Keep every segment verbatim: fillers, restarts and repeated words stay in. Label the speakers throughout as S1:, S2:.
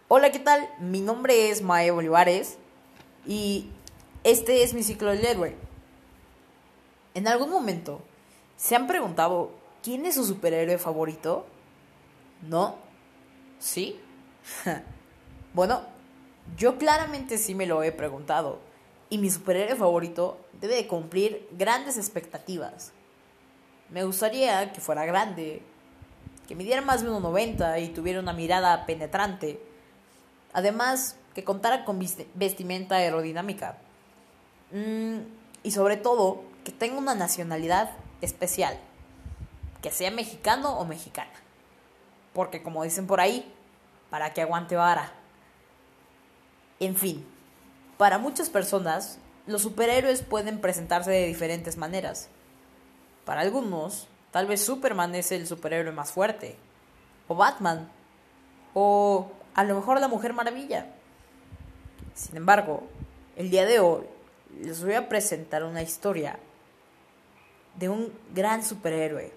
S1: Hola, ¿qué tal? Mi nombre es Mae Olivares y este es mi ciclo del héroe. ¿En algún momento se han preguntado quién es su superhéroe favorito? ¿No? ¿Sí? Bueno, yo claramente sí me lo he preguntado y mi superhéroe favorito debe de cumplir grandes expectativas. Me gustaría que fuera grande, que midiera más de uno noventa y tuviera una mirada penetrante. Además, que contara con vestimenta aerodinámica. Mm, y sobre todo, que tenga una nacionalidad especial. Que sea mexicano o mexicana. Porque como dicen por ahí, para que aguante vara. En fin, para muchas personas, los superhéroes pueden presentarse de diferentes maneras. Para algunos, tal vez Superman es el superhéroe más fuerte. O Batman. O a lo mejor la Mujer Maravilla. Sin embargo, el día de hoy les voy a presentar una historia de un gran superhéroe.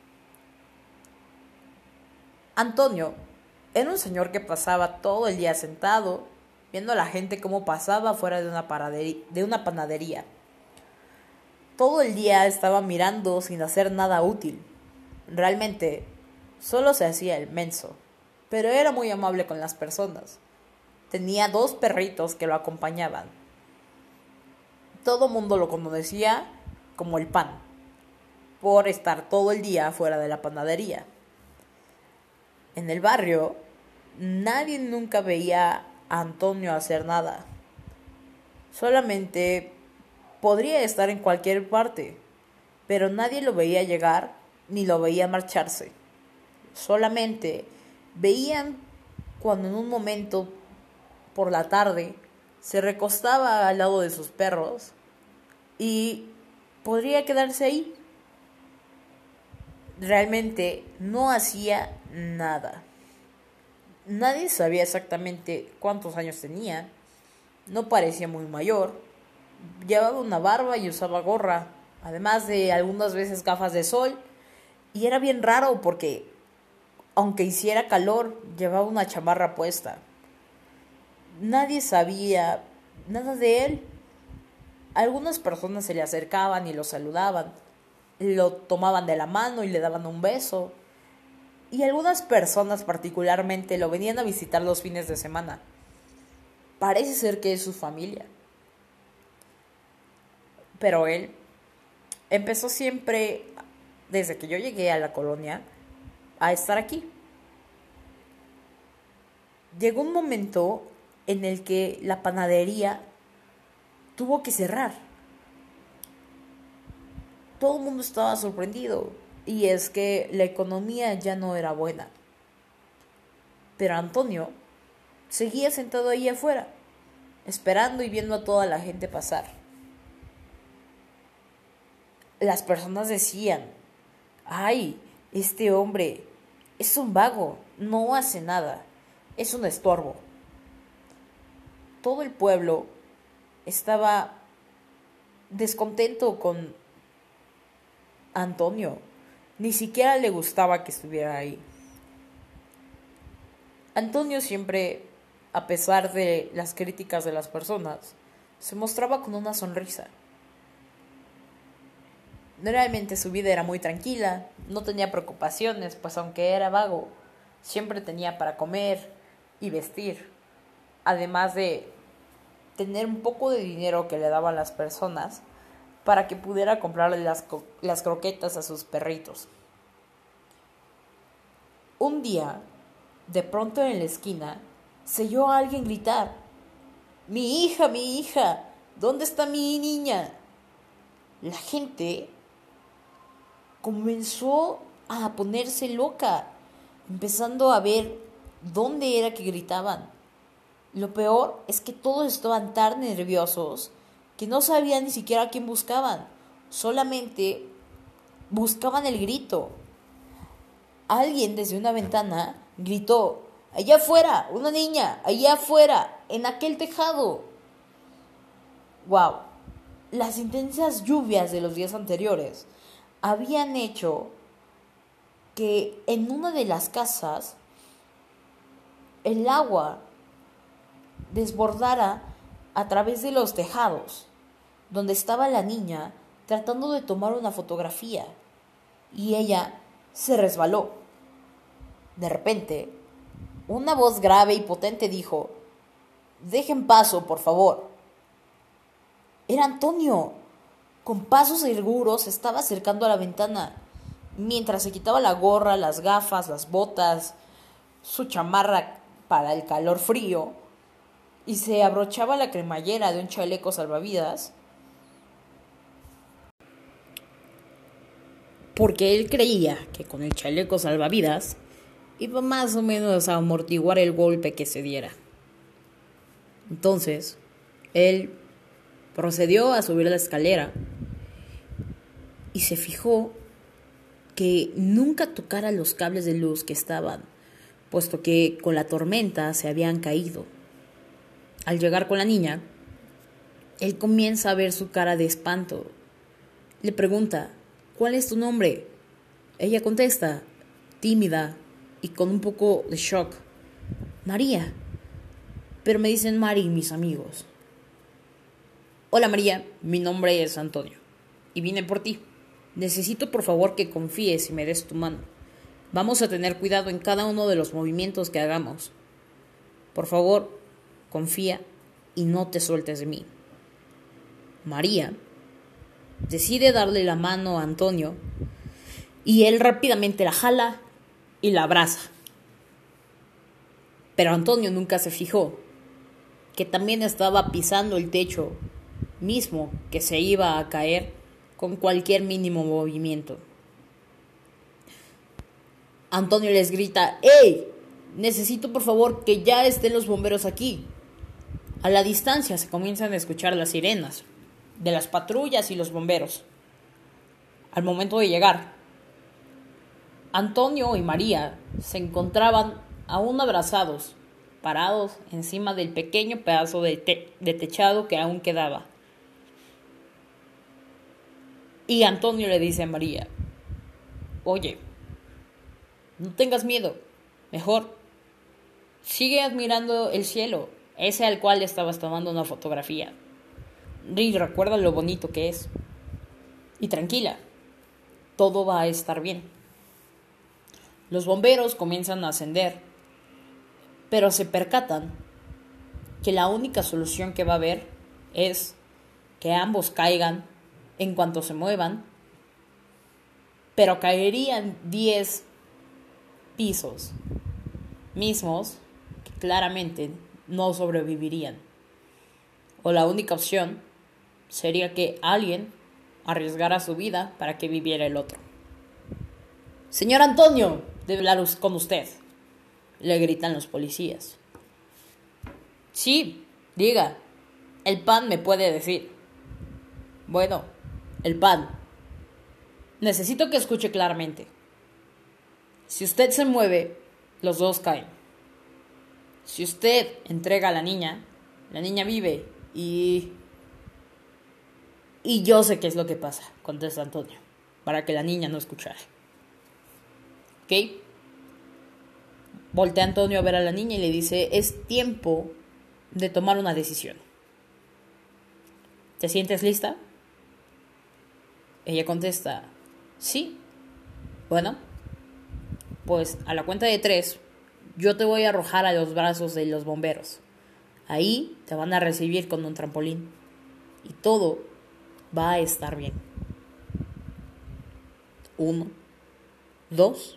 S1: Antonio era un señor que pasaba todo el día sentado, viendo a la gente cómo pasaba fuera de una, paradería, de una panadería. Todo el día estaba mirando sin hacer nada útil. Realmente, solo se hacía el menso, pero era muy amable con las personas. Tenía dos perritos que lo acompañaban. Todo mundo lo conocía como el pan, por estar todo el día fuera de la panadería. En el barrio, nadie nunca veía a Antonio hacer nada. Solamente podría estar en cualquier parte, pero nadie lo veía llegar ni lo veía marcharse. Solamente veían cuando en un momento por la tarde se recostaba al lado de sus perros y podría quedarse ahí. Realmente no hacía nada. Nadie sabía exactamente cuántos años tenía. No parecía muy mayor. Llevaba una barba y usaba gorra, además de algunas veces gafas de sol. Y era bien raro porque, aunque hiciera calor, llevaba una chamarra puesta. Nadie sabía nada de él. Algunas personas se le acercaban y lo saludaban, lo tomaban de la mano y le daban un beso. Y algunas personas particularmente lo venían a visitar los fines de semana. Parece ser que es su familia. Pero él empezó siempre, desde que yo llegué a la colonia, a estar aquí. Llegó un momento en el que la panadería tuvo que cerrar. Todo el mundo estaba sorprendido, y es que la economía ya no era buena. Pero Antonio seguía sentado ahí afuera, esperando y viendo a toda la gente pasar. Las personas decían: ay, este hombre es un vago, no hace nada, es un estorbo. Todo el pueblo estaba descontento con Antonio. Ni siquiera le gustaba que estuviera ahí. Antonio siempre, a pesar de las críticas de las personas, se mostraba con una sonrisa. Realmente su vida era muy tranquila, no tenía preocupaciones, pues aunque era vago, siempre tenía para comer y vestir, además de tener un poco de dinero que le daban las personas para que pudiera comprarle las, co- las croquetas a sus perritos. Un día, de pronto en la esquina, se oyó a alguien gritar: ¡Mi hija, mi hija! ¿Dónde está mi niña? La gente comenzó a ponerse loca, empezando a ver dónde era que gritaban. Lo peor es que todos estaban tan nerviosos que no sabían ni siquiera a quién buscaban. Solamente buscaban el grito. Alguien desde una ventana gritó: ¡allá afuera! ¡Una niña! ¡Allá afuera! ¡En aquel tejado! ¡Wow! Las intensas lluvias de los días anteriores habían hecho que en una de las casas el agua desbordara a través de los tejados, donde estaba la niña tratando de tomar una fotografía, y ella se resbaló. De repente, una voz grave y potente dijo: «Dejen paso, por favor». Era Antonio. Con pasos seguros se estaba acercando a la ventana, mientras se quitaba la gorra, las gafas, las botas, su chamarra para el calor frío, y se abrochaba la cremallera de un chaleco salvavidas, porque él creía que con el chaleco salvavidas iba más o menos a amortiguar el golpe que se diera. Entonces, él procedió a subir la escalera y se fijó que nunca tocara los cables de luz que estaban, puesto que con la tormenta se habían caído. Al llegar con la niña, él comienza a ver su cara de espanto. Le pregunta: «¿Cuál es tu nombre?». Ella contesta, tímida y con un poco de shock: «María». Pero me dicen Mari mis amigos. «Hola María, mi nombre es Antonio y vine por ti. Necesito por favor que confíes y me des tu mano. Vamos a tener cuidado en cada uno de los movimientos que hagamos. Por favor, confía y no te sueltes de mí». María decide darle la mano a Antonio y él rápidamente la jala y la abraza. Pero Antonio nunca se fijó que también estaba pisando el techo mismo que se iba a caer con cualquier mínimo movimiento. Antonio les grita: «¡Ey! Necesito por favor que ya estén los bomberos aquí». A la distancia se comienzan a escuchar las sirenas de las patrullas y los bomberos. Al momento de llegar, Antonio y María se encontraban aún abrazados, parados encima del pequeño pedazo de, te- de techado que aún quedaba. Y Antonio le dice a María: «Oye, no tengas miedo, mejor sigue admirando el cielo, ese al cual estabas tomando una fotografía. Y recuerda lo bonito que es. Y tranquila, todo va a estar bien». Los bomberos comienzan a ascender, pero se percatan que la única solución que va a haber es que ambos caigan en cuanto se muevan, pero caerían diez pisos mismos que claramente no sobrevivirían. O la única opción sería que alguien arriesgara su vida para que viviera el otro. «Señor Antonio, debe hablar con usted», le gritan los policías. «Sí, diga, el pan me puede decir». «Bueno, el pan. Necesito que escuche claramente. Si usted se mueve, los dos caen. Si usted entrega a la niña, la niña vive y... Y yo sé qué es lo que pasa», contesta Antonio, para que la niña no escuchara. ¿Ok? Voltea Antonio a ver a la niña y le dice: «Es tiempo de tomar una decisión. ¿Te sientes lista?». Ella contesta: «Sí». «Bueno, pues a la cuenta de tres, yo te voy a arrojar a los brazos de los bomberos. Ahí te van a recibir con un trampolín y todo va a estar bien. Uno, dos,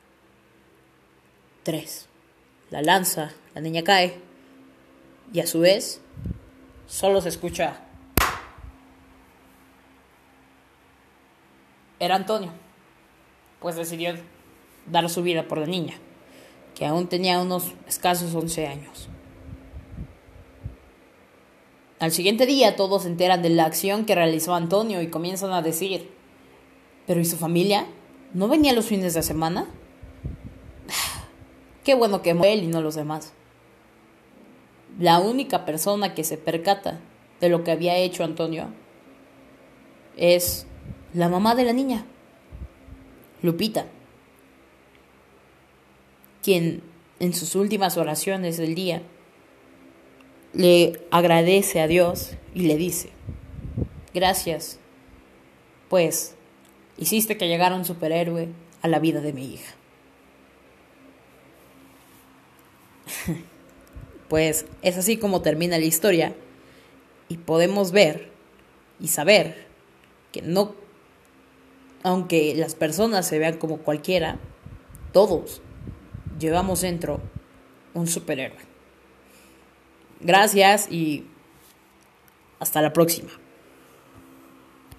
S1: tres». La lanza, la niña cae y a su vez solo se escucha. Era Antonio, pues decidió dar su vida por la niña, que aún tenía unos escasos once años. Al siguiente día todos se enteran de la acción que realizó Antonio y comienzan a decir: «¿Pero y su familia? ¿No venía los fines de semana?». Qué bueno que fue él y no los demás. La única persona que se percata de lo que había hecho Antonio es la mamá de la niña, Lupita, quien en sus últimas oraciones del día le agradece a Dios y le dice: gracias, pues hiciste que llegara un superhéroe a la vida de mi hija. Pues es así como termina la historia, y podemos ver y saber que no, aunque las personas se vean como cualquiera, todos llevamos dentro un superhéroe. Gracias y hasta la próxima.